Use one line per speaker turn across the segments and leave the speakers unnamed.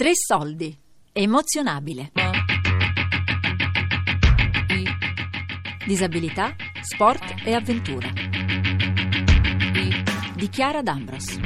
Tre soldi. Emozionabile. Disabilità, sport e avventura. Di Chiara D'Ambros.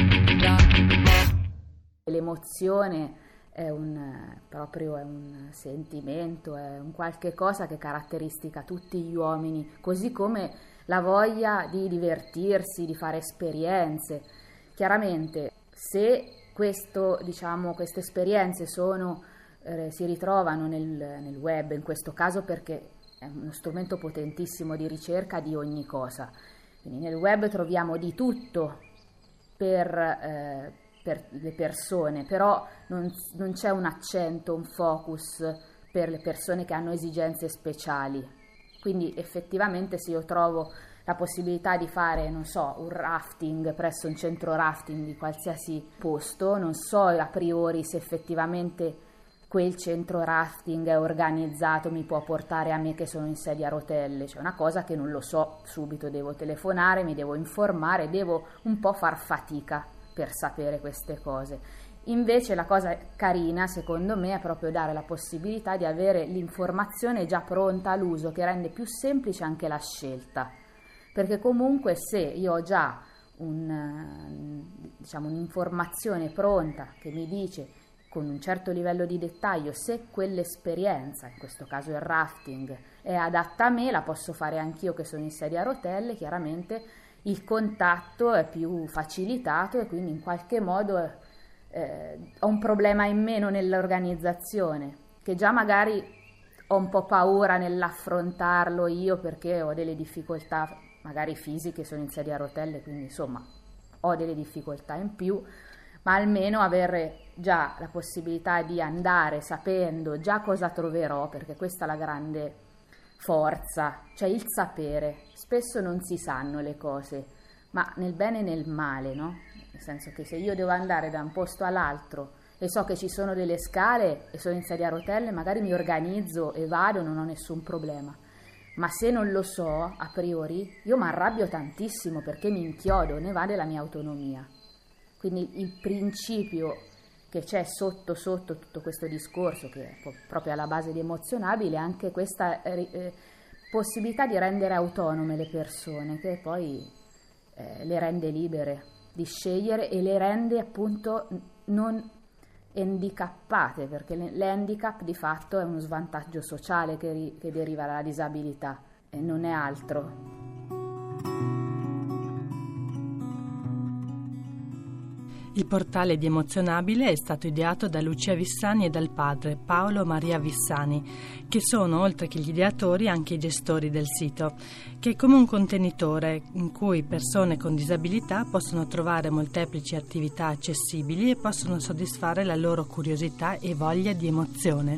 L'emozione è un sentimento, è un qualche cosa che caratteristica tutti gli uomini, così come la voglia di divertirsi, di fare esperienze. Chiaramente, se queste esperienze si ritrovano nel web, in questo caso perché è uno strumento potentissimo di ricerca di ogni cosa. Quindi nel web troviamo di tutto per le persone, però non c'è un accento, un focus per le persone che hanno esigenze speciali. Quindi effettivamente se io trovo la possibilità di fare, un rafting presso un centro rafting di qualsiasi posto, non so a priori se effettivamente quel centro rafting è organizzato, mi può portare a me che sono in sedia a rotelle, cioè una cosa che non lo so subito, devo telefonare, mi devo informare, devo un po' far fatica per sapere queste cose. Invece la cosa carina, secondo me, è proprio dare la possibilità di avere l'informazione già pronta all'uso, che rende più semplice anche la scelta. Perché comunque se io ho già un'informazione pronta che mi dice con un certo livello di dettaglio se quell'esperienza, in questo caso il rafting, è adatta a me, la posso fare anch'io che sono in sedia a rotelle, chiaramente il contatto è più facilitato e quindi in qualche modo ho un problema in meno nell'organizzazione, che già magari ho un po' paura nell'affrontarlo io perché ho delle difficoltà magari fisiche, sono in sedia a rotelle, quindi insomma ho delle difficoltà in più, ma almeno avere già la possibilità di andare sapendo già cosa troverò, perché questa è la grande forza, cioè il sapere. Spesso non si sanno le cose, ma nel bene e nel male, no? Nel senso che se io devo andare da un posto all'altro e so che ci sono delle scale e sono in sedia a rotelle, magari mi organizzo e vado, non ho nessun problema. Ma se non lo so a priori, io mi arrabbio tantissimo perché mi inchiodo, ne va della mia autonomia. Quindi il principio che c'è sotto tutto questo discorso, che è proprio alla base di Emozionabile, è anche questa possibilità di rendere autonome le persone, che poi le rende libere di scegliere e le rende appunto non handicappate, perché l'handicap di fatto è uno svantaggio sociale che deriva dalla disabilità e non è altro.
Il portale di Emozionabile è stato ideato da Lucia Vissani e dal padre Paolo Maria Vissani, che sono, oltre che gli ideatori, anche i gestori del sito, che è come un contenitore in cui persone con disabilità possono trovare molteplici attività accessibili e possono soddisfare la loro curiosità e voglia di emozione.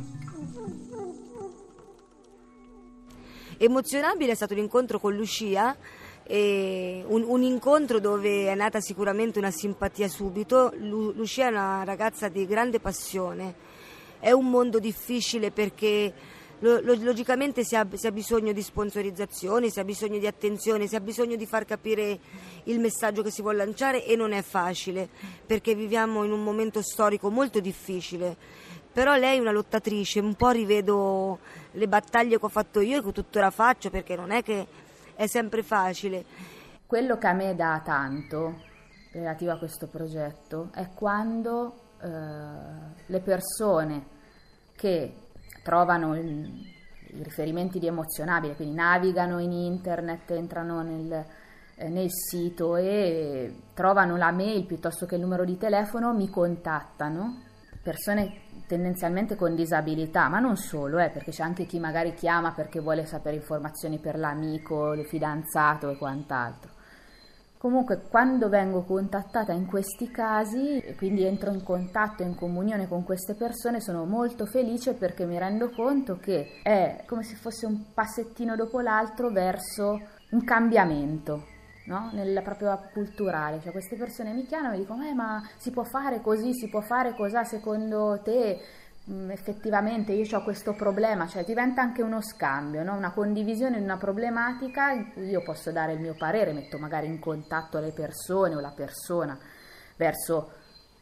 Emozionabile è stato l'incontro con Lucia, un incontro dove è nata sicuramente una simpatia subito. Lucia è una ragazza di grande passione, è un mondo difficile perché logicamente si ha bisogno di sponsorizzazione, si ha bisogno di attenzione, si ha bisogno di far capire il messaggio che si vuole lanciare e non è facile perché viviamo in un momento storico molto difficile. Però lei è una lottatrice, un po' rivedo le battaglie che ho fatto io e che tuttora faccio, perché non è che è sempre facile.
Quello che a me dà tanto relativo a questo progetto è quando le persone che trovano i riferimenti di Emozionabile, quindi navigano in internet, entrano nel sito e trovano la mail piuttosto che il numero di telefono, mi contattano, persone tendenzialmente con disabilità, ma non solo, perché c'è anche chi magari chiama perché vuole sapere informazioni per l'amico, il fidanzato e quant'altro. Comunque, quando vengo contattata in questi casi, e quindi entro in contatto, in comunione con queste persone, sono molto felice perché mi rendo conto che è come se fosse un passettino dopo l'altro verso un cambiamento, no? Proprio culturale, cioè queste persone mi chiamano e mi dicono ma si può fare così, si può fare cos'ha secondo te? Effettivamente io ho questo problema, cioè diventa anche uno scambio, no? Una condivisione di una problematica in cui io posso dare il mio parere, metto magari in contatto le persone o la persona verso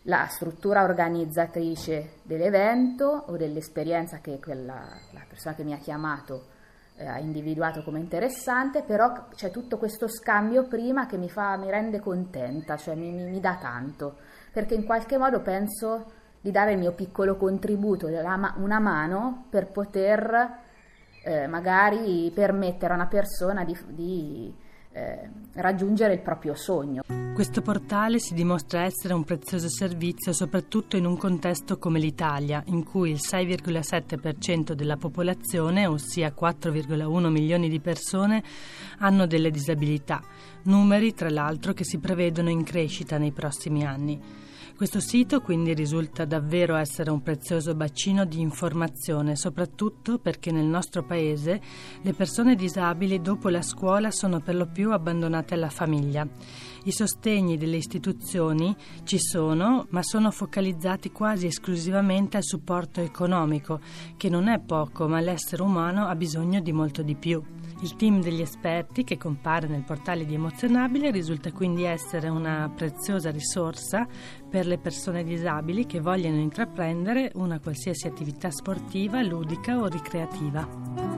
la struttura organizzatrice dell'evento o dell'esperienza che la persona che mi ha chiamato ha individuato come interessante, però c'è tutto questo scambio prima che mi rende contenta, cioè mi dà tanto, perché in qualche modo penso di dare il mio piccolo contributo, una mano per poter magari permettere a una persona di raggiungere il proprio sogno.
Questo portale si dimostra essere un prezioso servizio soprattutto in un contesto come l'Italia, in cui il 6,7% della popolazione, ossia 4,1 milioni di persone, hanno delle disabilità, numeri tra l'altro che si prevedono in crescita nei prossimi anni. Questo sito quindi risulta davvero essere un prezioso bacino di informazione, soprattutto perché nel nostro paese le persone disabili dopo la scuola sono per lo più abbandonate alla famiglia. I sostegni delle istituzioni ci sono, ma sono focalizzati quasi esclusivamente al supporto economico, che non è poco, ma l'essere umano ha bisogno di molto di più. Il team degli esperti che compare nel portale di Emozionabile risulta quindi essere una preziosa risorsa per le persone disabili che vogliono intraprendere una qualsiasi attività sportiva, ludica o ricreativa.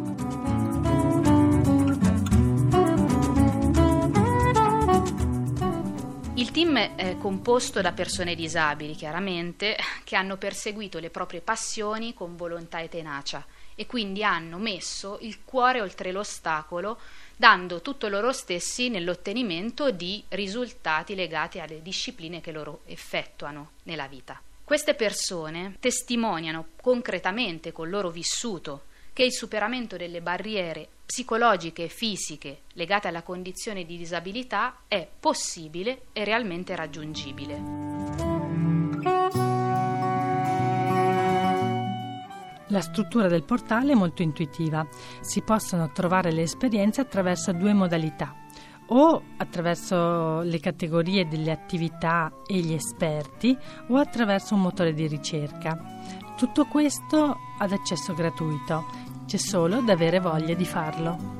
Il team è composto da persone disabili, chiaramente, che hanno perseguito le proprie passioni con volontà e tenacia e quindi hanno messo il cuore oltre l'ostacolo, dando tutto loro stessi nell'ottenimento di risultati legati alle discipline che loro effettuano nella vita. Queste persone testimoniano concretamente col loro vissuto che il superamento delle barriere psicologiche e fisiche legate alla condizione di disabilità è possibile e realmente raggiungibile.
La struttura del portale è molto intuitiva. Si possono trovare le esperienze attraverso due modalità: o attraverso le categorie delle attività e gli esperti o attraverso un motore di ricerca. Tutto questo ad accesso gratuito, c'è solo da avere voglia di farlo.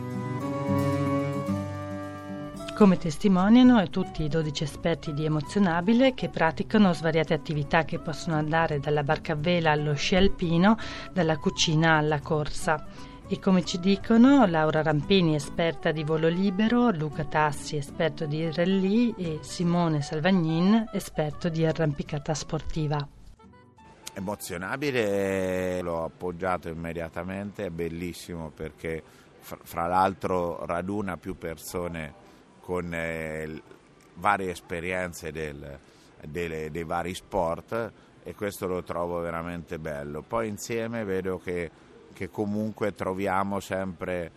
Come testimoniano tutti i 12 esperti di Emozionabile che praticano svariate attività che possono andare dalla barca a vela allo sci alpino, dalla cucina alla corsa. E come ci dicono Laura Rampini, esperta di volo libero, Luca Tassi, esperto di rally e Simone Salvagnin, esperto di arrampicata sportiva.
Emozionabile l'ho appoggiato immediatamente, è bellissimo perché fra l'altro raduna più persone con varie esperienze dei vari sport, e questo lo trovo veramente bello. Poi insieme vedo che comunque troviamo sempre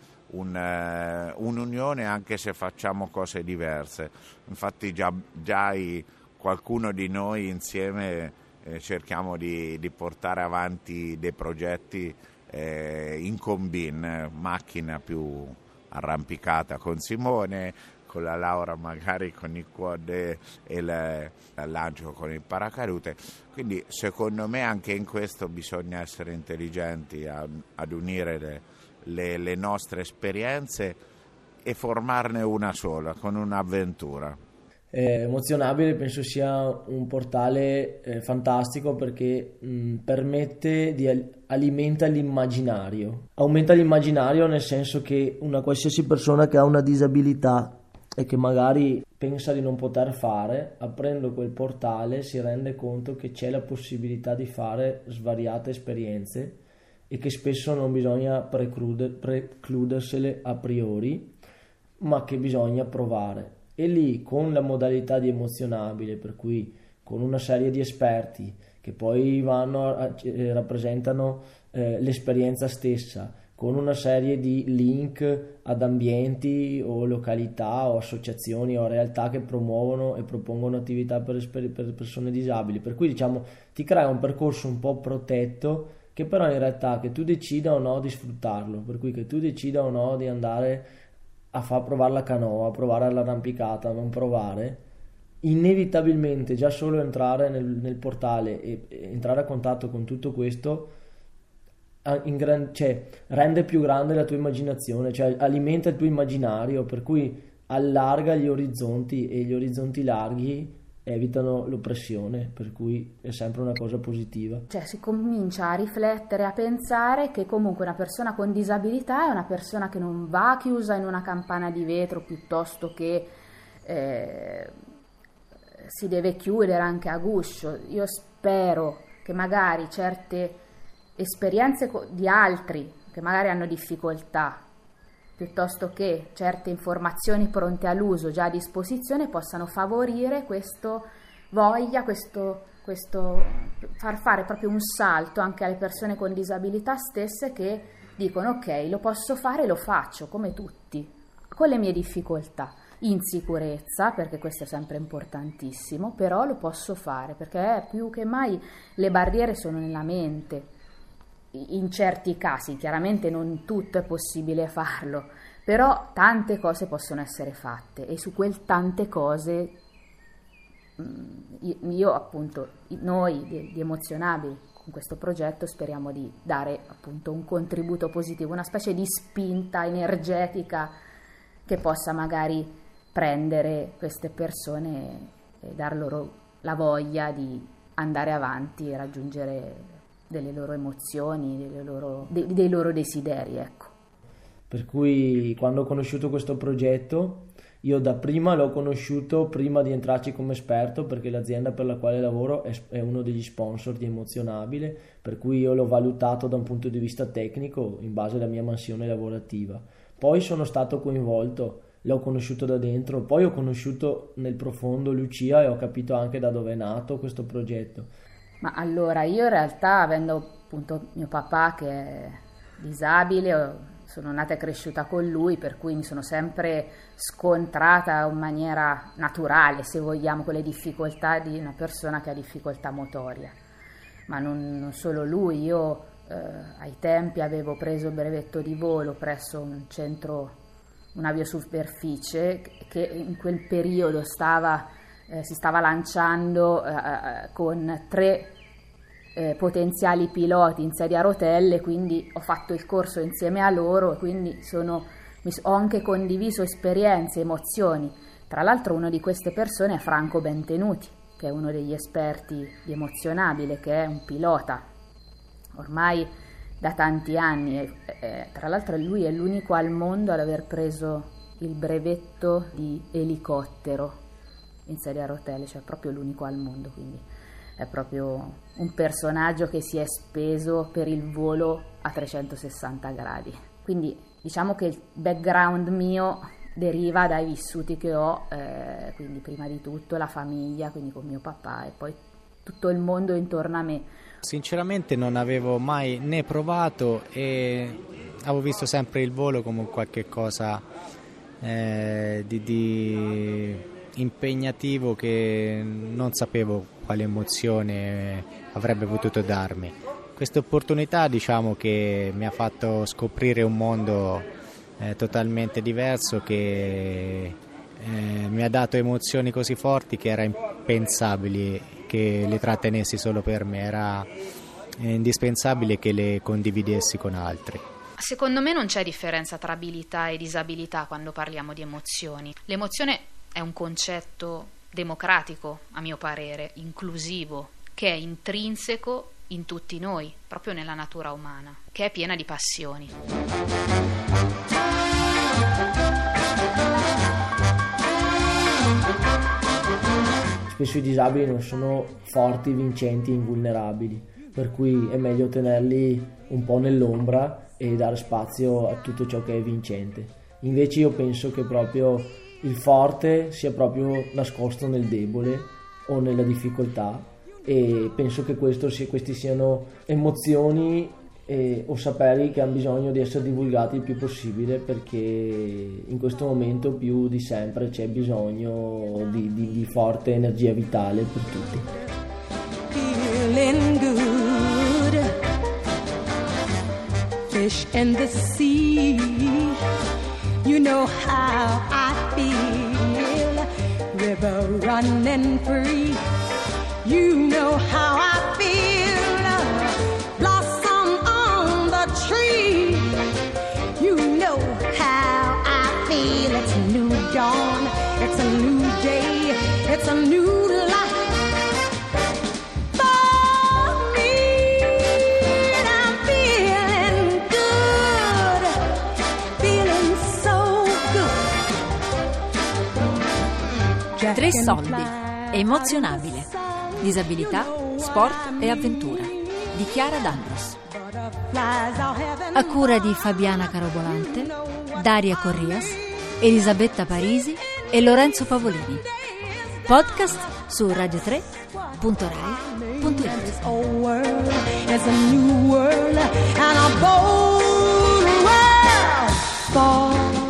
un'unione anche se facciamo cose diverse. Infatti già qualcuno di noi insieme cerchiamo di portare avanti dei progetti in combin, macchina più arrampicata con Simone, con la Laura magari con il quad e il lancio con il paracadute. Quindi secondo me anche in questo bisogna essere intelligenti ad unire le nostre esperienze e formarne una sola, con un'avventura.
Emozionabile penso sia un portale fantastico perché permette alimenta l'immaginario, aumenta l'immaginario nel senso che una qualsiasi persona che ha una disabilità e che magari pensa di non poter fare, aprendo quel portale si rende conto che c'è la possibilità di fare svariate esperienze e che spesso non bisogna precludersele a priori, ma che bisogna provare. E lì con la modalità di Emozionabile, per cui con una serie di esperti che poi rappresentano l'esperienza stessa, con una serie di link ad ambienti o località o associazioni o realtà che promuovono e propongono attività per persone disabili, per cui diciamo ti crea un percorso un po' protetto che però in realtà che tu decida o no di sfruttarlo, per cui che tu decida o no di andare a far provare la canoa, a provare l'arrampicata, non provare, inevitabilmente già solo entrare nel portale e entrare a contatto con tutto questo rende più grande la tua immaginazione, cioè alimenta il tuo immaginario, per cui allarga gli orizzonti, e gli orizzonti larghi evitano l'oppressione, per cui è sempre una cosa positiva.
Cioè si comincia a riflettere, a pensare che comunque una persona con disabilità è una persona che non va chiusa in una campana di vetro piuttosto che si deve chiudere anche a guscio. Io spero che magari certe esperienze di altri che magari hanno difficoltà, piuttosto che certe informazioni pronte all'uso già a disposizione, possano favorire questo far fare proprio un salto anche alle persone con disabilità stesse, che dicono ok, lo posso fare, lo faccio come tutti, con le mie difficoltà, in sicurezza, perché questo è sempre importantissimo, però lo posso fare, perché più che mai le barriere sono nella mente. In certi casi, chiaramente non tutto è possibile farlo, però tante cose possono essere fatte, e su quel tante cose io appunto, noi di Emozionabili con questo progetto speriamo di dare appunto un contributo positivo, una specie di spinta energetica che possa magari prendere queste persone e dar loro la voglia di andare avanti e raggiungere delle loro emozioni, dei loro desideri, ecco.
Per cui quando ho conosciuto questo progetto, io da prima l'ho conosciuto prima di entrarci come esperto, perché l'azienda per la quale lavoro è uno degli sponsor di Emozionabile, per cui io l'ho valutato da un punto di vista tecnico in base alla mia mansione lavorativa. Poi sono stato coinvolto, l'ho conosciuto da dentro, poi ho conosciuto nel profondo Lucia e ho capito anche da dove è nato questo progetto.
Ma allora, io in realtà, avendo appunto mio papà che è disabile, sono nata e cresciuta con lui, per cui mi sono sempre scontrata in maniera naturale, se vogliamo, con le difficoltà di una persona che ha difficoltà motoria. Ma non solo lui, io ai tempi avevo preso il brevetto di volo presso un centro, un'aviosuperficie, che in quel periodo si stava lanciando con 3 potenziali piloti in sedia a rotelle, quindi ho fatto il corso insieme a loro, e quindi ho anche condiviso esperienze, emozioni. Tra l'altro uno di queste persone è Franco Bentenuti, che è uno degli esperti di Emozionabile, che è un pilota ormai da tanti anni, tra l'altro lui è l'unico al mondo ad aver preso il brevetto di elicottero in sedia a rotelle, cioè proprio l'unico al mondo, quindi è proprio un personaggio che si è speso per il volo a 360 gradi. Quindi diciamo che il background mio deriva dai vissuti che ho, quindi prima di tutto la famiglia, quindi con mio papà, e poi tutto il mondo intorno a me.
Sinceramente non avevo mai né provato, e avevo visto sempre il volo come qualche cosa di impegnativo, che non sapevo quale emozione avrebbe potuto darmi. Questa opportunità, diciamo, che mi ha fatto scoprire un mondo totalmente diverso, che mi ha dato emozioni così forti che era impensabile che le trattenessi solo per me, era indispensabile che le condividessi con altri.
Secondo me non c'è differenza tra abilità e disabilità quando parliamo di emozioni. L'emozione è un concetto democratico, a mio parere, inclusivo, che è intrinseco in tutti noi, proprio nella natura umana, che è piena di passioni.
Spesso i disabili non sono forti, vincenti e invulnerabili, per cui è meglio tenerli un po' nell'ombra e dare spazio a tutto ciò che è vincente. Invece io penso che proprio il forte sia proprio nascosto nel debole o nella difficoltà, e penso che questi siano emozioni o saperi che hanno bisogno di essere divulgati il più possibile, perché in questo momento più di sempre c'è bisogno di forte energia vitale per tutti. Feeling good, fish in the sea, you know how I feel, river running free, you know how I feel, blossom on the tree, you know how I feel. It's a new dawn, it's a new day, it's a new life.
3 soldi. Emozionabile. Disabilità, sport e avventura. Di Chiara D'Ambros. A cura di Fabiana Carobolante, Daria Corrias, Elisabetta Parisi e Lorenzo Pavolini. Podcast su radio3.rai.it.